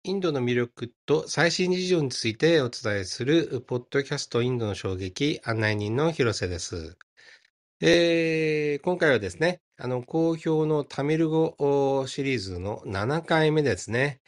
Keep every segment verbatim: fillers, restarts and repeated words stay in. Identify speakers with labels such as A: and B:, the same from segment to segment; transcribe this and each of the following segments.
A: インドの魅力と最新事情についてお伝えする、ポッドキャストインドの衝撃案内人の広瀬です。えー今回はですね、あの、好評のタミル語おシリーズのななかいめですね。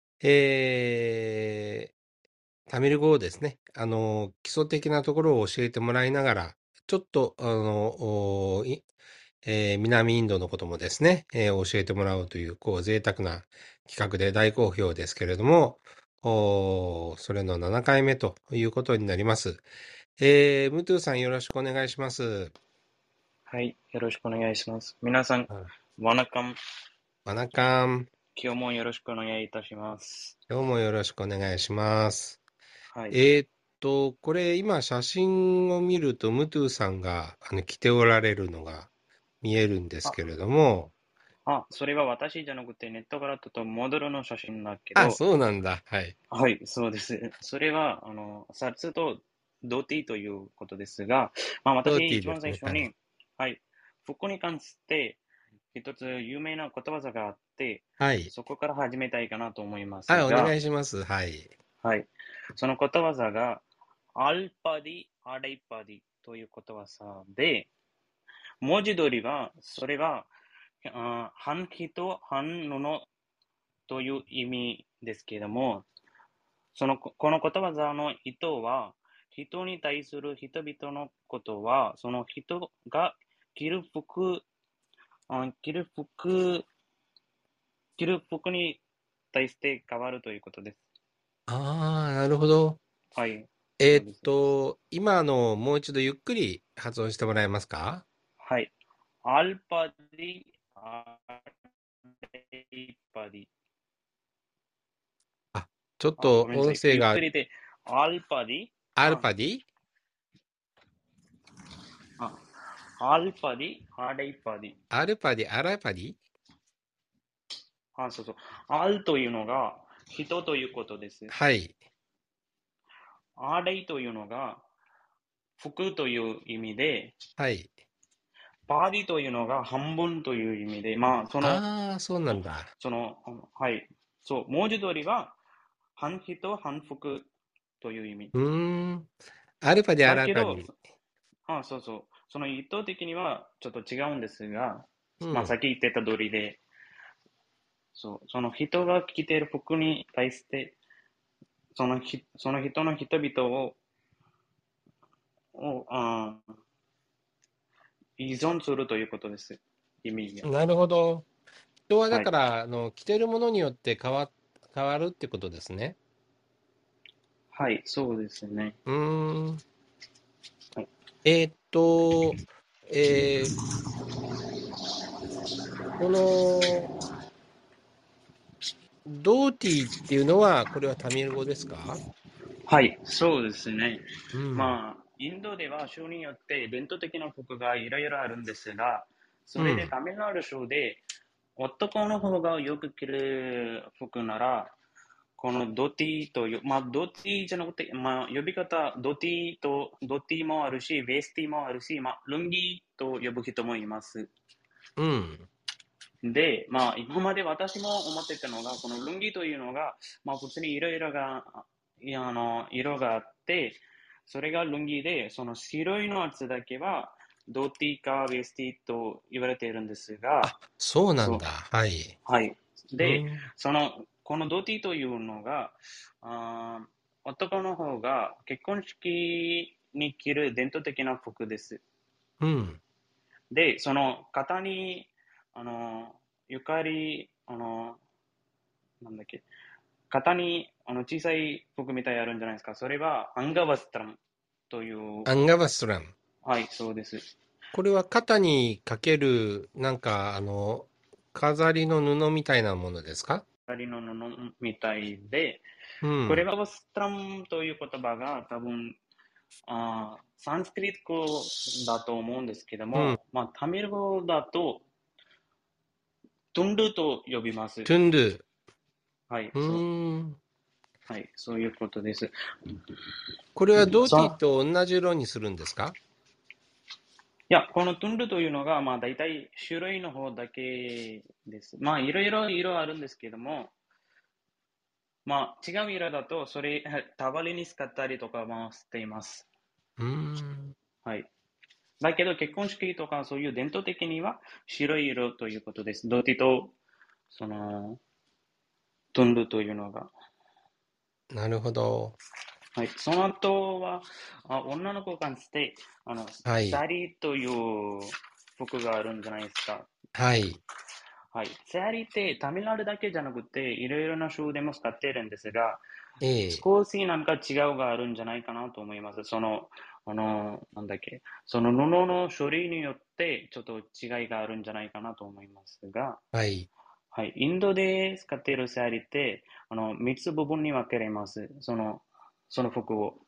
A: えータミル語をですね、あの、基礎的なところを教えてもらいながら、ちょっと、あの、おいえー南インドのこともですね、えー教えてもらおうという、こう、贅沢な企画で大好評ですけれども、おーそれのななかいめということになります。えー、ムトゥさんよろしくお願いします。
B: はい、よろしくお願いします。皆さん、
A: あ
B: ワナカム。
A: わなかん。
B: 今日もよろしくお願いいたします。
A: 今日もよろしくお願いします。
B: はい。
A: えーっと、これ今写真を見ると、ムトゥさんがあの着ておられるのが見えるんです
B: あ、
A: けれども、
B: あ、それは私じゃなくてネットから撮ったモデルの写真だけ
A: あ、
B: ど、
A: そうなんだ。はい。
B: はい、そうです。それは、あの、サツとドティということですが、まあ
A: ロー
B: 私一番
A: ティーですね。はい。
B: 最初に、はい、服に関して一つ有名なことわざがあって、
A: はい。
B: そこから始めたいかなと思いま
A: はい、お願
B: すが、
A: いします。はい。
B: はい。そのことわざが、アルパディ、アレイパディということわざで、文字通りは、それは、あ半人、半布という意味ですけれども、その、このことわざの意図は、人に対する人々のことは、その人が着る服、あ着る服、着る服に対して変わるということです。
A: ああ、なるほど。
B: はい。
A: えーっ
B: そうです。
A: と、今のもう一度ゆっくり発音してもらえますか？
B: はい。アルパディ、アレイパディ。
A: あ、ちょっ
B: あ、
A: と
B: ごめんなさい。ゆっ
A: 音声が
B: くりで、アルパディ、
A: アル
B: あ、
A: パディ
B: あ、アルパディ、アレイパディ。
A: アルパディアラパディ
B: あ、そうそう。アルというのが人ということです。
A: はい。
B: アレイというのが服という意味で、
A: はい。
B: パディというのが半分という意味で、まあ、その、
A: ああ、そうなんだ。
B: その、はい。そう、文字通りは、半人、半服という意味。
A: うーん。アルパディア
B: だけど、
A: ラパディ。
B: あ、そうそう。その意図的にはちょっと違うんですが、まあ、さ
A: うん。
B: っき言ってた通りで、そう、その人が着ている服に対して、そのひその人の人々を、をあ依存するということです。意味が。
A: なるほど。人はだ
B: はい。
A: から、あの、着てるものによって変わ、変わるってことですね。
B: はい、そうですね。
A: うーん。
B: はい。
A: えーっと、えーこの、ドーティーっていうのは、これはタミル語ですか？
B: はい、そうですね。
A: うん。
B: まあ、インドでは州によって伝統的な服がいろいろあるんですが、それで
A: うん。
B: タミルナド州で男の方がよく着る服なら、このドティという、まあ、ドティじゃなくて、まあ、呼び方、ドティと、ドティもあるし、ベースティもあるし、まあ、ルンギと呼ぶ人もいます。
A: うん。
B: で、まあ、今まで私も思ってたのが、このルンギというのが、まあ、普通にいろいろが、いやあの、色があって、それがルンギで、その白いのやつだけは、ドティかベースティと言われているんですが、
A: あ、そうなん
B: そう、
A: だ。はい。
B: はい。で、
A: うん。
B: その、このドティというのが、あ男の方が結婚式に着る伝統的な服です。
A: うん。
B: で、その肩に、あの、ゆかり、あの、なんだっけ、肩にあの小さい服みたいあるんじゃないですか。それはアンガバストラムという、
A: アンガバストラム。
B: はい、そうです。
A: これは肩にかける、なんか、あの、飾りの布みたいなものですか？
B: 光の布みたいで、
A: うん。
B: これはバストラムという言葉が多分、あサンスクリット語だと思うんですけど
A: うん。
B: も、まあ、タミル語だとトゥンルと呼びます。
A: トゥンドゥ。
B: はい、
A: う
B: そう。
A: ーん。
B: はい、そういうことです。
A: これはドーティー
B: そ
A: と同じ色にするんですか？
B: いや、このトゥンルというのが、まあ、大体種類の方だけです。まあ、いろいろ色あるんですけども、 まあ、違う色だと、それ、代わりに使ったりとかもしています。
A: うーん。
B: はい。だけど、結婚式とかそういう伝統的には白い色ということです。ドティと、その、トンルというのが。
A: なるほど。
B: はい。その後は、あ女の子に関して、あの、
A: はい。
B: サリーという服があるんじゃないですか。
A: はい。
B: はい。サリーってタミナルだけじゃなくて、いろいろな州でも使っているんですが、
A: ええ。
B: 少しなんか違うがあるんじゃないかなと思います。その、あの、なんだっけ、その布の処理によってちょっと違いがあるんじゃないかなと思いますが、
A: はい。
B: はい。インドで使っているサリーって、あの、三つ部分に分けれます。その、その服を。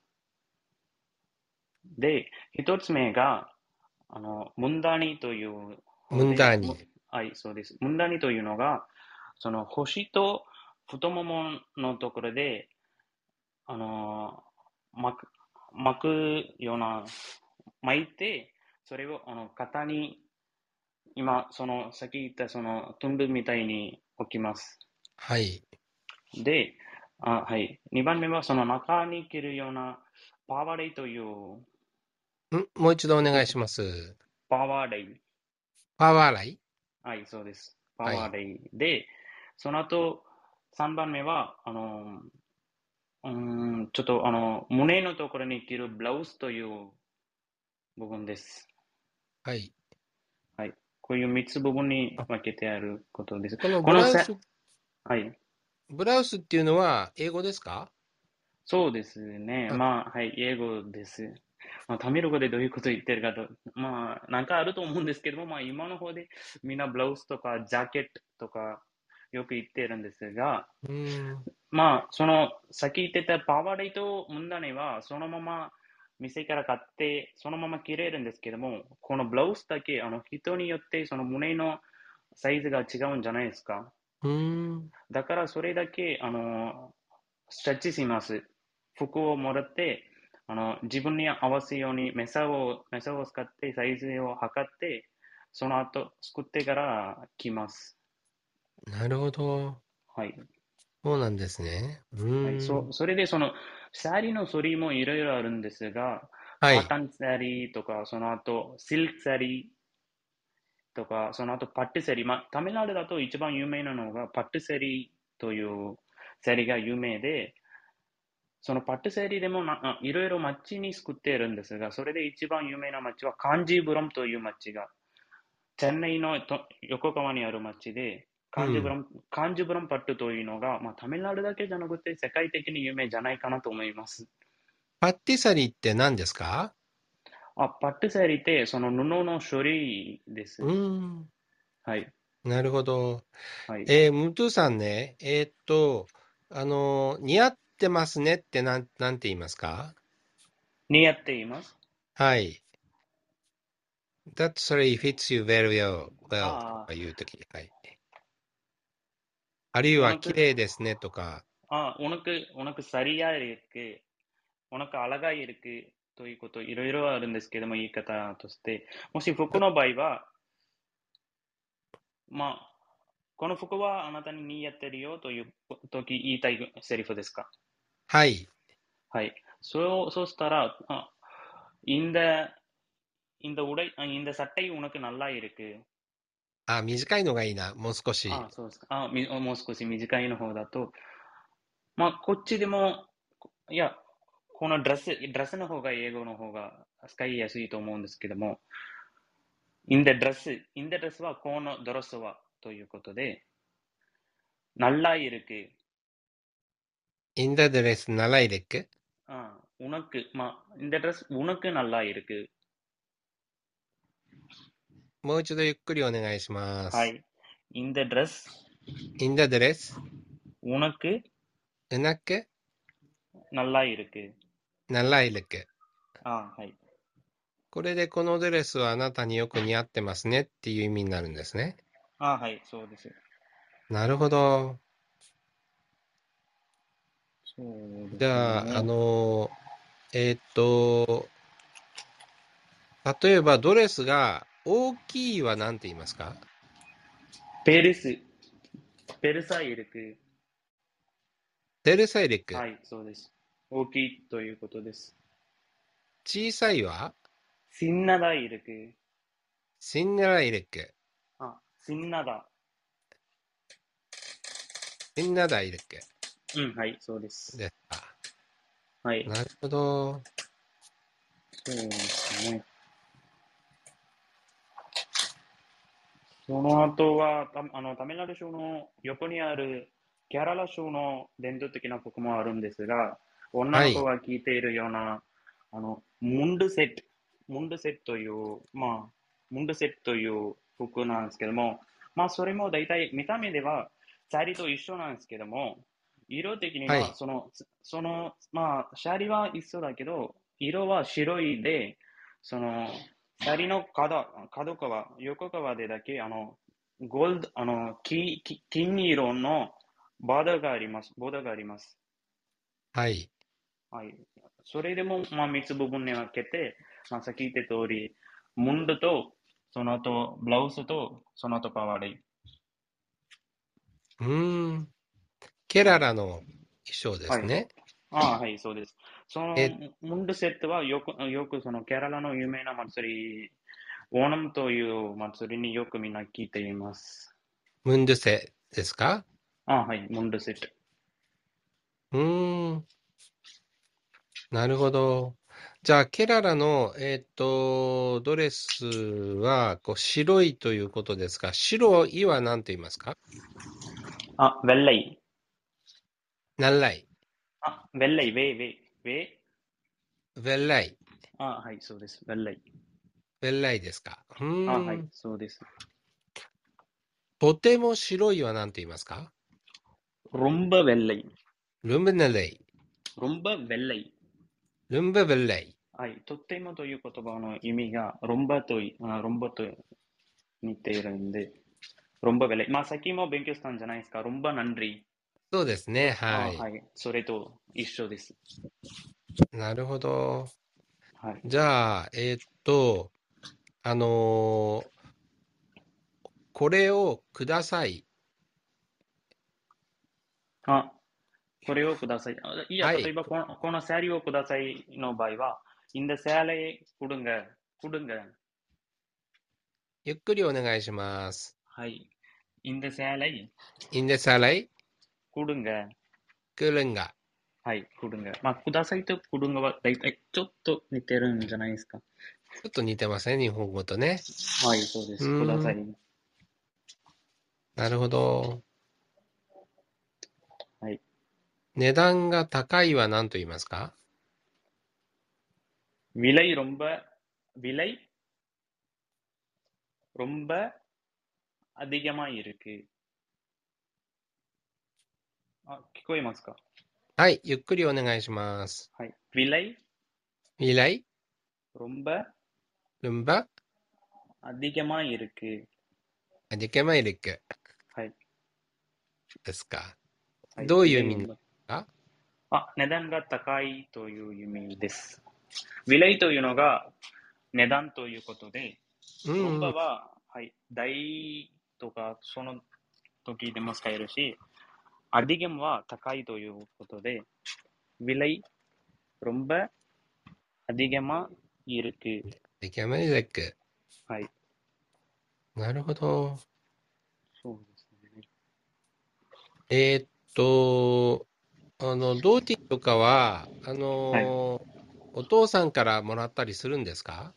B: で、一つ目が、あの、ムンダーニという
A: ムン
B: 方で、む
A: ダーニ。
B: はい、そうです。ムンダーニというのが、その腰と太もものところで、あの巻く、巻くような、巻いて、それをあの肩に、今、その、さっき言ったその、トンブみたいに置きます。
A: はい。
B: で、あ、はい。にばんめは、その中に着るような、パワーレイという、
A: んもう一度お願いし
B: 服
A: ます。
B: パワーレイ。
A: パワーライ。
B: はい、そうです。パ
A: はい。
B: ワーレイで、その後、さんばんめは、あの、うーん、ちょっと、あの、胸のところに着るブラウスという部分です。
A: はい。
B: はい。こういうみっつ部分に
A: あ、
B: 分けてあることです。
A: この
B: このせ、
A: ブラウス、
B: はい。
A: ブラウスっていうのは英語ですか？
B: そうですね。
A: あ、
B: まあ、はい。英語です。まあ、タミル語でどういうこと言ってるかと、まあ、なんかあると思うんですけども、まあ、今の方でみんなブラウスとかジャケットとかよく言ってるんですが、
A: うーん。
B: まあ、その、さっき言ってたパワーレイとムンダネは、そのまま店から買って、そのまま着れるんですけども、このブラウスだけ、あの、人によって、その胸のサイズが違うんじゃないですか。
A: うーん。
B: だから、それだけ、あの、ストレッチします。服をもらって、あの、自分に合わせるように、メサを、メサを使ってサイズを測って、その後、作ってから着ます。
A: なるほど。
B: はい。
A: そうなんですね。う
B: はい、
A: ーん。
B: そそれでその、サリーの種類もいろいろあるんですが、
A: はい。
B: カタンサリーとか、その後、シルクサリーとか、その後、パッティサリー。まあ、タミルナドだと一番有名なのが、パッティサリーというサリーが有名で、そのパッティサリーでもな、あいろいろ町に作っているんですが、それで一番有名な町はカンジーブラムという町が、チェンナイのと横側にある町で、
A: うん。
B: カンジブラム、カンジブラムパットというのが、まあ、タミルナドだけじゃなくて世界的に有名じゃないかなと思います。
A: パッティサリーって何ですか？
B: あ、パッティサリーってその布の種類で
A: う
B: す。
A: ーん。
B: はい。
A: なるほど。
B: はい。
A: えー、ムトゥーさんね、えーっと、あのー似合ってますねってなん、なんて言いますか？
B: 似合っています。
A: はい。That sorry fits you very well, well と
B: あ
A: か言うとき、はい。あるい
B: あ、
A: は綺
B: உனக்கு、
A: 麗ですねとか、
B: あ、உனக்கு、உனக்கு சரியா இருக்கு。உனக்கு அழகா இருக்கு。ということ、いろいろあるんですけども、言い方として。もし服
A: あ、
B: の場合は、まあ、この服はあなたに似合ってるよという時言いたいセリフですか？
A: はい。
B: はい。そう、そうしたら、あ、இந்த、இந்த உடை、இந்த சட்டை உனக்கு நல்லா இருக்கு。
A: あ、短いのがいいな。もう少し。
B: あ、そうですか。あ、みもう少し短いの方だと、まあ、こっちでも、いや、このドレス、ドレスの方が英語の方が使いやすいと思うんですけども、in the dress、in the dress はこのドレスはということで、நல்லா இருக்கு。
A: in the dress 習いでっけ？
B: あ、உனக்கு、まあ、in the dress உனக்கு நல்லா இருக்கு。
A: もう一度ゆっくりお願いします。
B: はい。in the dress
A: in the dress
B: உனக்கு
A: うなく
B: நல்லா இருக்கு。
A: 習いでっけ？
B: あ、はい。
A: これでこのドレスはあなたによく似合ってますねっていう意味になるんですね。
B: あ、はい、そうです。
A: なるほど。
B: そうです
A: じゃあ、あ
B: ね。
A: のーえーっと、例えばドレスが大きいは何て言いますか？
B: ペルス、ペルサイルク。
A: テルサイレク。
B: はい、そうです。大きいということです。
A: 小さいは
B: シンナダイルク。
A: シンネライレク。
B: あ、シンナダ。
A: シンナダイレク
B: うん、はい、そうです。
A: ですか。
B: はい、
A: なるほど。
B: そうですね。その後は、たあのタミナル州の横にあるケララ州の伝統的な服もあるんですが、女の子
A: はい。
B: が着ているような、あの、ムンドセット、ムンドセットという、まあ、ムンドセットという服なんですけども、まあ、それも大体見た目では、シャリと一緒なんですけども、色的には、
A: はい。
B: その、その、まあ、シャリは一緒だけど、色は白いで、その、シャリの角、角側、横側でだけ、あの、ゴールド、あの、金、金金色のボーダーがあります。ボーダーがあります。
A: はい。
B: はい。それでも、まあ、三つ部分に分けて、まあ、さっき言った通り、ムンドと、その後、ブラウスと、その後パワーレイ。
A: うーん。ケ
B: はい。
A: ララの衣装で
B: はい。
A: すね。
B: ああ、はい、そうです。その、
A: え、
B: ムンドセットはよく、よくその、ケララの有名な祭り、オーナムという祭りによくみんな聞いています。
A: ムンドゥセですか？
B: ああ、はい、ムンドセット。
A: うーん。なるほど。じゃあ、ケララの、えーっと、ドレスは、こう、白いということですが、白いは何と言いますか？
B: あ、ベッレイ。
A: 何来
B: あ、ベッレイ、ウェイ、ウェイ、ウェイ。
A: ベッライ。
B: あ、はい、そうです。ベッレイ。
A: ベッライですか？う
B: あ、はい、
A: ーん。
B: そうです。
A: とても白いは何と言いますか？
B: ロンバベッレイ。
A: ルンベネレイ。
B: ロンバベッレイ。
A: ルンベベッレイ。
B: はい、とってもという言葉の意味が、ロンバとい、あロンバと似ているんで、ロンバベッレイ。まあ、さっきも勉強したんじゃないですか。ロンバナンリ。
A: そうですね。
B: そあ、
A: はい。
B: はい、それと一緒です。
A: なるほど。
B: はい。
A: じゃあ、えーっと、あのーこれをください。
B: あ、これをください。あいや、
A: はい。
B: 例えばこの、このサリをくださいの場合は、இந்த சேலையை கொடுங்க, கொடுங்க。
A: ゆっくりお願いします。
B: はい。இந்த சேலை
A: インデサライ、
B: கொடுங்க。
A: クルンガ。
B: はい、くるんが。まあ、くださいとくるんがは、だいたいちょっと似てるんじゃないですか。
A: ちょっと似てますね、日本語とね。
B: はい、そうで
A: う
B: す。くだ
A: ーん、
B: さい。
A: なるほど。
B: はい。
A: 値段が高いは何と言いますか？
B: விலை ரொம்ப விலை ரொம்ப அதிகமா இருக்கு。あ、聞こえますか？
A: はい、ゆっくりお願いします。
B: はい。விலை
A: 未来、
B: ரொம்ப
A: ルンバ、
B: அதிகமா இருக்கு。
A: ディケマイリック
B: はい。
A: ですか？
B: はい。
A: どういう意味です
B: விலை ரொம்ப。
A: か？
B: あ、値段が高いという意味です。விலைというのが値段ということで、ロン
A: うんうん。
B: バは、はい、大とかその時でも使えるし、アディゲムは高いということで、விலை ரொம்ப அதிகமா இருக்கு。
A: ディケマイリック。
B: はい。
A: なるほど。
B: そうですね。
A: えーっと、あの、ドーティーとかは、あ
B: はい。
A: のーお父さんからもらったりするんですか？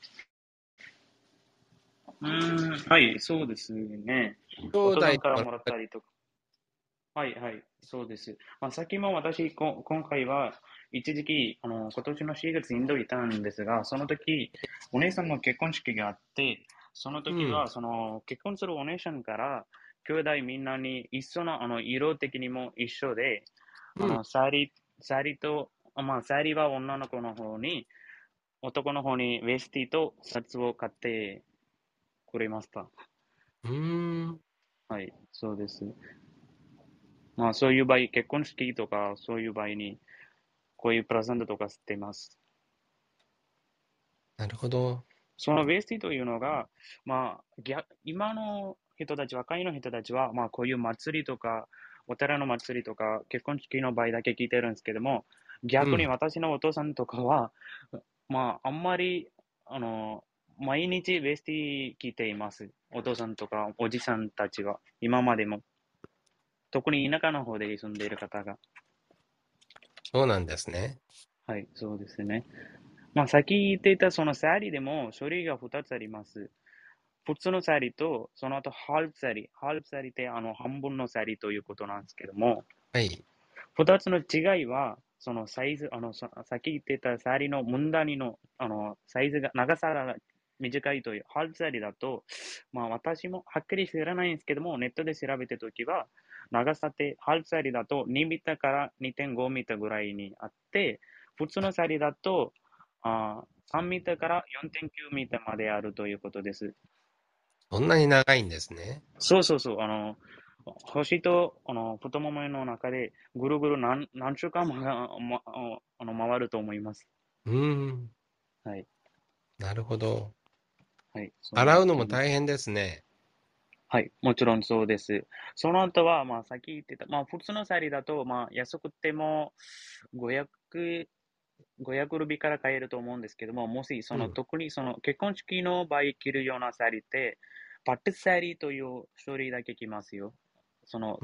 B: うーん、はい、そうですね。お
A: 兄弟
B: 父さんからもらっ
A: からもらったり。
B: たりとか。はい、はい、そうです。まあ、さっきも私、こ今回は、一時期、あの、今年のしがつインドにいたんですが、その時、お姉さんの結婚式があって、その
A: うん、
B: 時は、その、結婚するお姉さんから、兄弟みんなに一緒の、あの、色的にも一緒で、
A: うん、
B: あの、サリ、サリと、あまあ、サリは女の子の方に、男の方にウェスティとシャツを買ってくれました。
A: うーん、
B: はい、そうです。まあ、そういう場合、結婚式とか、そういう場合に、こういうプレゼントとかしてます。
A: なるほど。
B: そのウェスティというのが、まあ、逆今の人たち、若いの人たちは、まあ、こういう祭りとか、 お寺の祭りとか結婚式の場合だけ聞いてるんですけども、逆に
A: うん。
B: 私のお父さんとかは、まあ、あんまり、あの、毎日ベスティ聞いています。お父さんとかおじさんたちは、今までも。特に田舎の方で住んでいる方が。
A: そうなんですね。
B: はい、そうですね。まあ、先言っていたそのサリでも種類がふたつあります。普通のサリと、その後ハーフサリ。ハーフサリってあの半分のサリということなんですけども、
A: はい。
B: ふたつの違いは、そのサイズ、あの、ささっき言ってたサリのムンダニの、あの、サイズが、長さが短いという、ハーフサリだと、まあ私もはっきり知らないんですけども、ネットで調べたときは、長さってハーフサリだとにミタからにてんごミタぐらいにあって、普通のサリだと、あさんミタからよんてんきゅうミタまであるということです。
A: そんなに長いんですね。
B: そうそうそう、あの、星とあの太ももの中でぐるぐる何何週間も、ま、あの回ると思います。
A: うーん。
B: はい。
A: なるほど。
B: はい。そう
A: 洗うの
B: なっています。
A: も大変ですね。
B: はい。もちろんそうです。その後は、まあ、さっき言ってた、まあ、普通のサリだと、まあ、安くてもごひゃく、ごひゃくルビーから買えると思うんですけども、もし、その、
A: うん。
B: 特にその、結婚式の場合着るようなサリって、パッテサリという種類だけ着ますよ。その、
A: うん。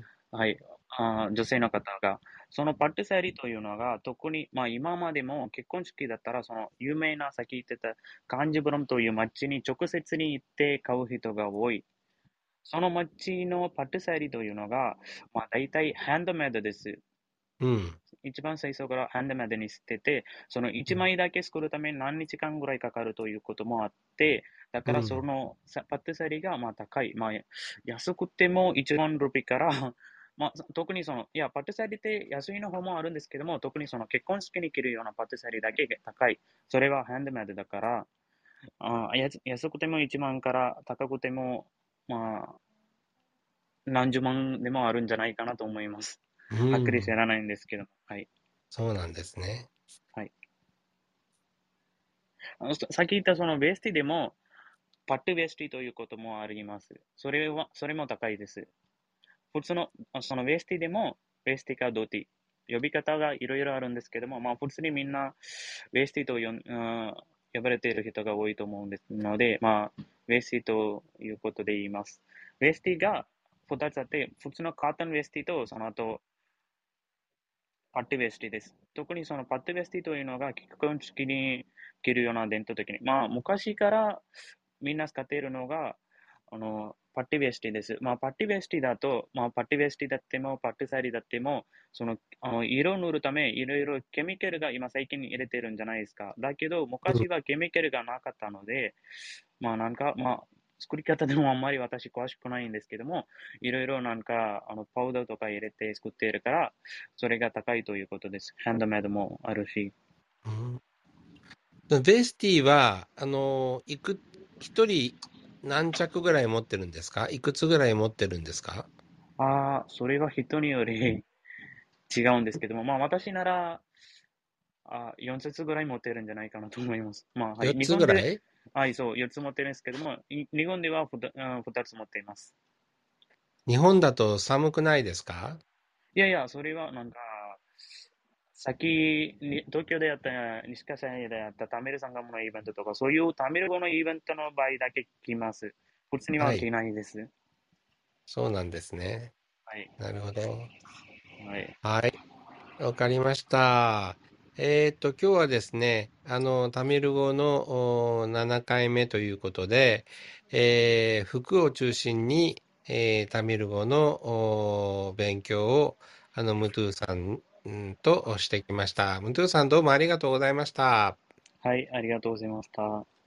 B: はい、あー女性の方が。そのパッドサリーというのが、特に、まあ今までも結婚式だったら、その有名な、さっき言ってた、カンジブラムという町に直接に行って買う人が多い。その町のパッドサリーというのが、まあ大体ハンドメイドです。
A: うん。
B: 一番最初からハンドメイドにしてて、その一枚だけ作るために何日間ぐらいかかるということもあって、だからそ
A: うん。
B: のパッティサリーがまあ高い。まあ安くてもいちまんルピーから、まあ特にその、いや、パッティサリーって安いの方もあるんですけども、特にその結婚式に着るようなパッティサリーだけ高い。それはハンドメイドだから、あ安安くてもいちまんから高くても、まあ何十万でもあるんじゃないかなと思います。
A: う
B: はっきり知
A: ん。
B: らないんですけど。はい。
A: そうなんですね。
B: はい。あのささっき言ったそのベスティでも、パッドベスティということもあります。それは、それも高いです。普通の、そのベスティでも、ベスティかドティ。呼び方がいろいろあるんですけども、まあ普通にみんなベスティと呼ん、うん、呼ばれている人が多いと思うんですので、まあ、ベスティということで言います。ベスティがふたつあって、普通のカートンベスティと、その後、パッティベスティです。特にそのパッティベスティというのが結婚式に着るような伝統的に、まあ昔からみんな使っているのが、あの、パッティベスティです。まあ、パッティベスティだと、まあ、パッティベスティだっても、パッティサリだっても、その、あの、色を塗るため、いろいろケミカルが今最近入れてるんじゃないですか。だけど、
A: うん。
B: 昔はケミカルがなかったので、まあ、なんか、まあ、作り方でもあんまり私詳しくないんですけども、いろいろなんか、あの、パウダーとか入れて作っているから、それが高いということです。ハンドメイドもあるし。
A: うん。ベスティは、あの、いく、一人何着ぐらい持ってるんですか？いくつぐらい持ってるんですか？
B: ああ、それは人により違うんですけども、まあ私なら、あ、よん冊ぐらい持ってるんじゃないかなと思います。まあ、はい。
A: よっ
B: 日本で、
A: つぐらい？
B: はい、そう、よっつ持ってるんですけども、い日本ではふた、うんふたつ持っています。
A: 日本だと寒くないですか？
B: いやいや、それはなんか、先に、東京でやった、西葛西でやったタミルサンガムのイベントとか、そういうタミル語のイベントの場合だけ来ます。普通には来
A: はい。
B: ないです。
A: そうなんですね。
B: はい。
A: なるほど。
B: はい。
A: はい。わかりました。えっと、今日はですね、あの、タミル語のおななかいめということで、えー服を中心に、えータミル語のお勉強を、あの、ムトゥーさんんとしてきました。ムトゥーさんどうもありがとうございました。
B: はい、ありがとうございました。